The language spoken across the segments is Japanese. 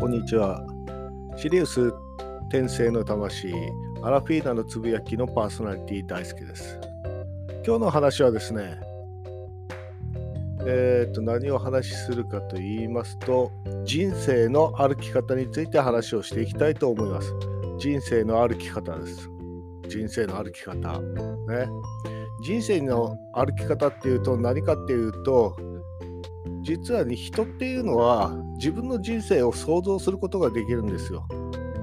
こんにちは。シリウス転生の魂、アラフィーナのつぶやきのパーソナリティ大輔です。今日の話はですね、何を話しするかと言いますと、人生の歩き方について話をしていきたいと思います。人生の歩き方です。人生の歩き方。ね。人生の歩き方っていうと何かっていうと、実はね、人っていうのは自分の人生を想像することができるんですよ。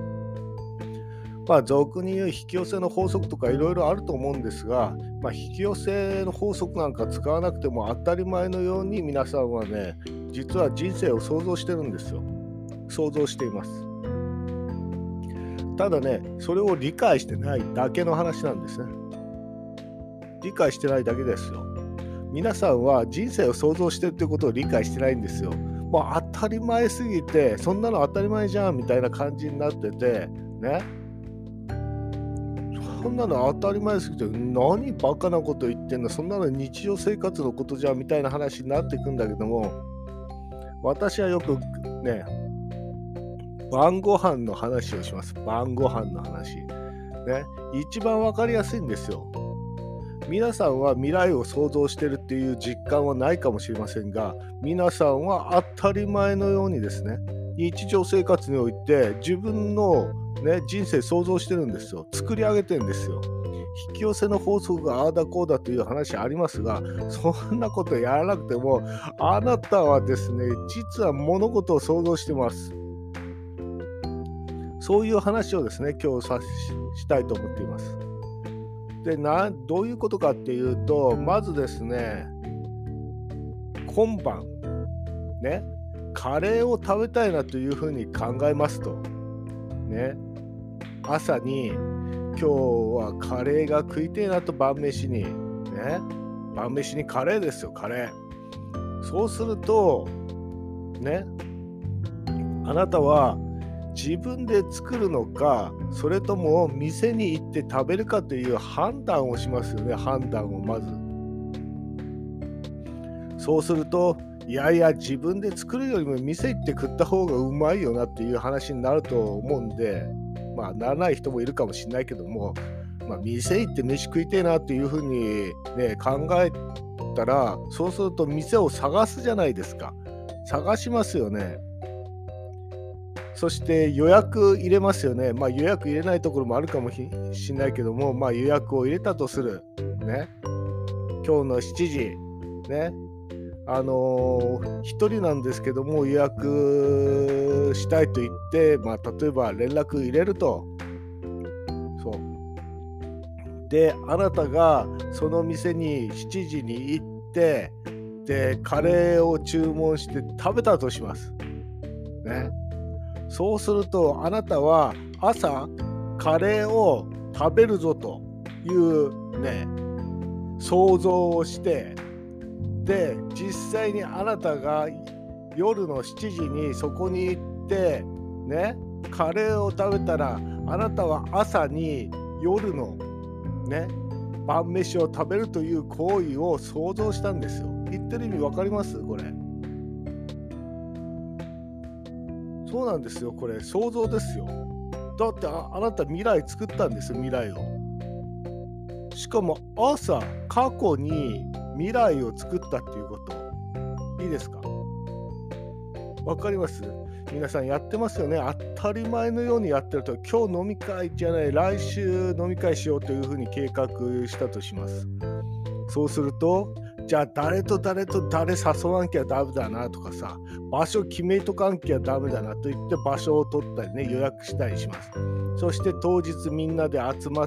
俗に言う引き寄せの法則とかいろいろあると思うんですが、引き寄せの法則なんか使わなくても当たり前のように皆さんはね、実は人生を想像してるんですよ。想像しています。ただね、それを理解してないだけの話なんですね。理解してないだけですよ。皆さんは人生を想像してるってことを理解してないんですよ。もう当たり前すぎて、そんなの当たり前じゃんみたいな感じになってて、ね。そんなの当たり前すぎて、何バカなこと言ってんの、そんなの日常生活のことじゃんみたいな話になっていくんだけども、私はよくね、晩ご飯の話をします。晩ご飯の話。ね。一番わかりやすいんですよ。皆さんは未来を想像してるっていう実感はないかもしれませんが、皆さんは当たり前のようにですね、日常生活において自分の、人生想像してるんですよ。作り上げてるんですよ。引き寄せの法則がああだこうだという話ありますが、そんなことやらなくても、あなたはですね、実は物事を想像してます。そういう話をですね、今日したいと思っています。で、どういうことかっていうと、まずですね、今晩ね、カレーを食べたいなというふうに考えますとね、朝に今日はカレーが食いてえなと、晩飯にカレーですよ、カレー。そうするとね、あなたは自分で作るのか、それとも店に行って食べるかという判断をしますよね。判断をまず。そうすると、いやいや自分で作るよりも店行って食った方がうまいよなっていう話になると思うんで、ならない人もいるかもしれないけども、店行って飯食いてえなっていうふうにね、考えたら、そうすると店を探すじゃないですか。探しますよね。そして予約入れますよね。予約入れないところもあるかもしれないけども、予約を入れたとする。ね。今日の7時。ね。1人なんですけども予約したいと言って、例えば連絡入れると。そう。で、あなたがその店に7時に行って、で、カレーを注文して食べたとします。ね。そうするとあなたは朝カレーを食べるぞというね、想像をして、で実際にあなたが夜の7時にそこに行ってね、カレーを食べたら、あなたは朝に夜のね、晩飯を食べるという行為を想像したんですよ。言ってる意味わかります？これ。そうなんですよ。これ想像ですよ。だってあなた未来作ったんですよ、未来を。しかも朝、過去に未来を作ったっていうこと。いいですか？わかります？皆さんやってますよね。当たり前のようにやってると、今日飲み会じゃない、来週飲み会しようというふうに計画したとします。そうすると、じゃあ誰と誰と誰誘わなきゃダメだなとかさ、場所決めとかなきゃダメだなと言って場所を取ったりね、予約したりします。そして当日みんなで集まって、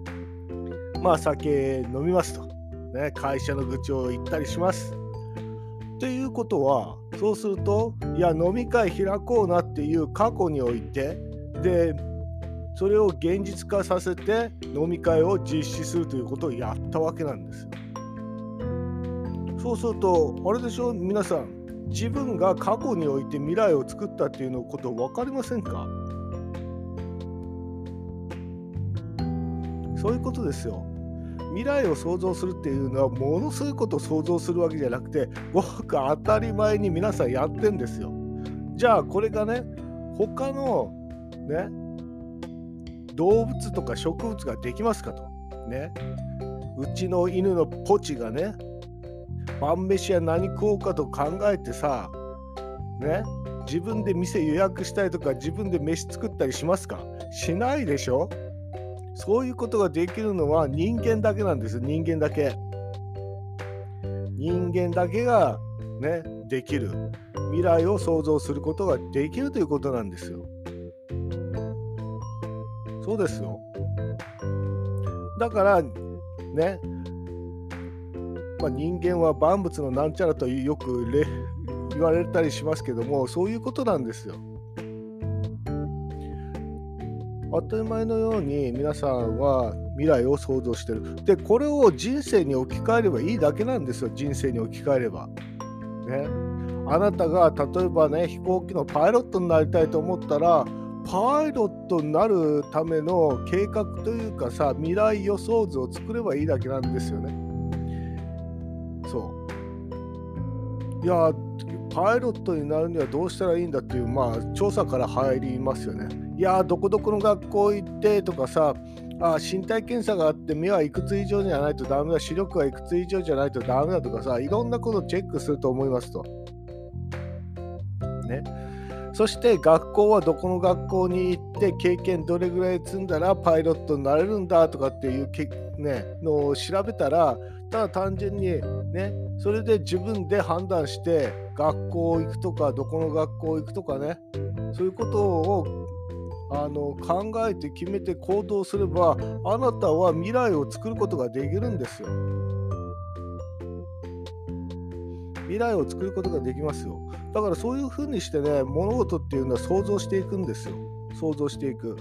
酒飲みますと、ね、会社の愚痴を言ったりします。ということは、そうすると、いや飲み会開こうなっていう過去において、でそれを現実化させて飲み会を実施するということをやったわけなんですよ。そうするとあれでしょ、皆さん、自分が過去において未来を作ったっていうのこと分かりませんか？そういうことですよ。未来を想像するっていうのはものすごいことを想像するわけじゃなくて、ごく当たり前に皆さんやってんですよ。 じゃあこれがね、他のね、動物とか植物ができますかと。ね。うちの犬のポチがね、晩飯は何食おうかと考えてさ、ね、自分で店予約したりとか自分で飯作ったりしますか？しないでしょ。そういうことができるのは人間だけなんですよ。人間だけ。人間だけがね、できる。未来を想像することができるということなんですよ。そうですよ。だからね、人間は万物のなんちゃらとよく言われたりしますけども、そういうことなんですよ。当たり前のように皆さんは未来を想像してる。で、これを人生に置き換えればいいだけなんですよ。人生に置き換えれば。ね。あなたが例えばね、飛行機のパイロットになりたいと思ったら、パイロットになるための計画というかさ、未来予想図を作ればいいだけなんですよね。そう。いや、パイロットになるにはどうしたらいいんだっていう、調査から入りますよね。いや、どこどこの学校行ってとかさ、身体検査があって目はいくつ以上じゃないとダメだ、視力はいくつ以上じゃないとダメだとかさ、いろんなことをチェックすると思いますと。ね。そして学校はどこの学校に行って経験どれぐらい積んだらパイロットになれるんだとかっていうのを調べたら、ただ単純にね、それで自分で判断して学校行くとかどこの学校行くとかね、そういうことを考えて決めて行動すれば、あなたは未来を作ることができるんですよ。未来を作ることができますよ。だからそういうふうにしてね、物事っていうのは想像していくんですよ。想像していく。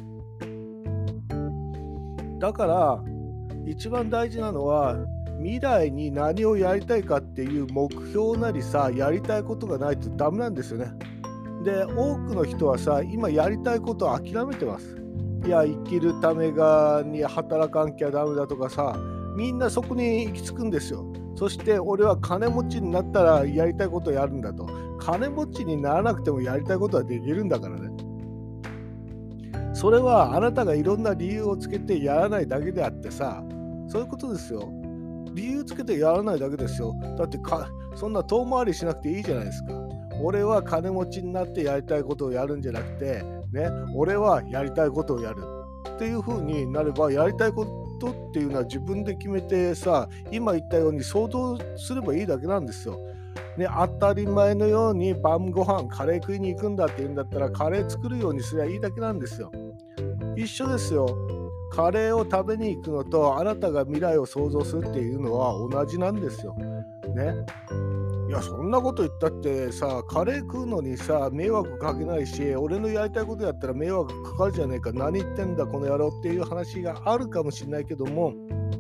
だから一番大事なのは、未来に何をやりたいかっていう目標なりさ、やりたいことがないとダメなんですよね。で、多くの人はさ、今やりたいことを諦めてます。いや、生きるために働かんきゃダメだとかさ、みんなそこに行き着くんですよ。そして俺は金持ちになったらやりたいことをやるんだと。金持ちにならなくてもやりたいことはできるんだからね。それはあなたがいろんな理由をつけてやらないだけであってさ、そういうことですよ。理由つけてやらないだけですよ。だってそんな遠回りしなくていいじゃないですか。俺は金持ちになってやりたいことをやるんじゃなくて、ね、俺はやりたいことをやるっていう風になれば、やりたいことっていうのは自分で決めてさ、今言ったように想像すればいいだけなんですよ。ね、当たり前のように晩ご飯カレー食いに行くんだって言うんだったら、カレー作るようにすればいいだけなんですよ。一緒ですよ。カレーを食べに行くのとあなたが未来を想像するっていうのは同じなんですよ。ね。いや、そんなこと言ったってさ、カレー食うのにさ、迷惑かけないし、俺のやりたいことやったら迷惑かかるじゃねえか、何言ってんだこの野郎っていう話があるかもしれないけども、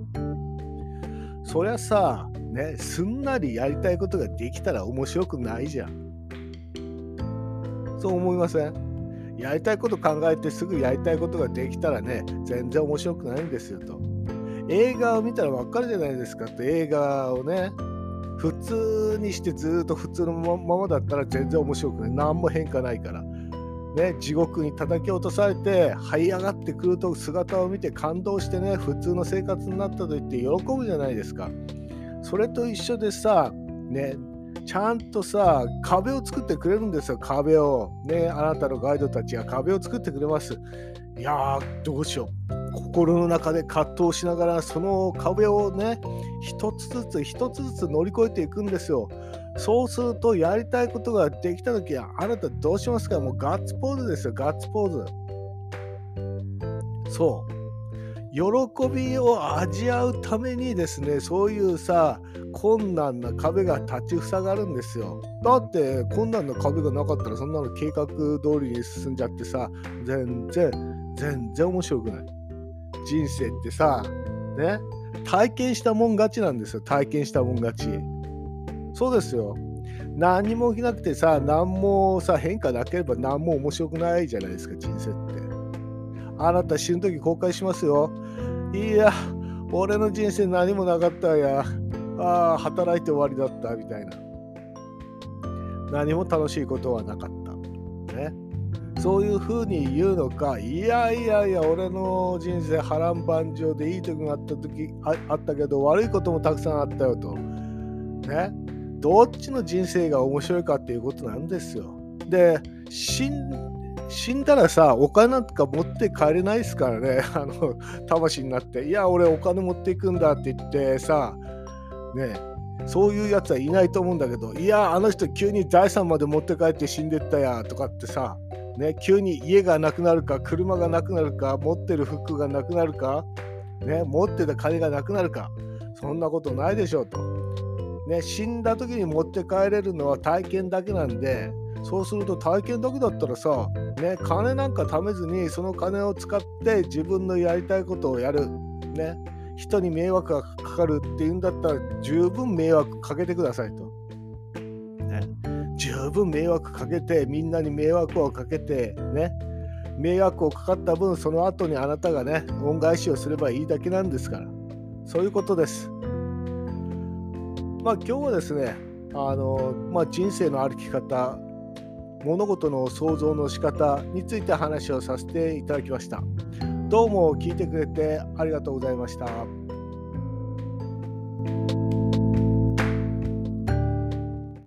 そりゃさ、ね、すんなりやりたいことができたら面白くないじゃん。そう思いません？やりたいこと考えてすぐやりたいことができたらね、全然面白くないんですよと。映画を見たらわかるじゃないですかって。映画をね、普通にしてずっと普通のままだったら全然面白くない。何も変化ないから。ね、地獄に叩き落とされて這い上がってくると姿を見て感動してね、普通の生活になったと言って喜ぶじゃないですか。それと一緒でさ、ね、ちゃんとさ、壁を作ってくれるんですよ。壁をね、あなたのガイドたちが壁を作ってくれます。いやー、どうしよう。心の中で葛藤しながらその壁をね、一つずつ乗り越えていくんですよ。そうするとやりたいことができた時はあなたどうしますか？もうガッツポーズですよ。ガッツポーズ。そう。喜びを味わうためにですね、そういうさ、困難な壁が立ちふさがるんですよ。だって困難な壁がなかったらそんなの計画通りに進んじゃってさ、全然面白くない。人生ってさ、ね、体験したもん勝ちなんですよ。体験したもん勝ち。そうですよ。何も起きなくてさ、何もさ、変化なければ何も面白くないじゃないですか、人生って。あなた死ぬ時後悔しますよ。いや、俺の人生何もなかったや。働いて終わりだったみたいな。何も楽しいことはなかった。 ね。そういうふうに言うのか、いやいやいや、俺の人生波乱万丈でいい時があったけど、悪いこともたくさんあったよと。ね。どっちの人生が面白いかっていうことなんですよ。で、死んだらさ、お金なんか持って帰れないですからね。魂になって、いや、俺お金持っていくんだって言ってさ、ね、そういうやつはいないと思うんだけど、いや、あの人急に財産まで持って帰って死んでったやとかってさ、ね、急に家がなくなるか、車がなくなるか、持ってる服がなくなるか、ね、持ってた金がなくなるか、そんなことないでしょうと。ね、死んだ時に持って帰れるのは体験だけなんで、そうすると体験だけだったらさ、ね、金なんか貯めずにその金を使って自分のやりたいことをやる。ね、人に迷惑がかかるっていうんだったら十分迷惑かけてくださいと。ね、十分迷惑かけて、みんなに迷惑をかけて、ね、迷惑をかかった分、その後にあなたがね、恩返しをすればいいだけなんですから。そういうことです。今日はですね、人生の歩き方、物事の想像の仕方について話をさせていただきました。どうも聞いてくれてありがとうございました。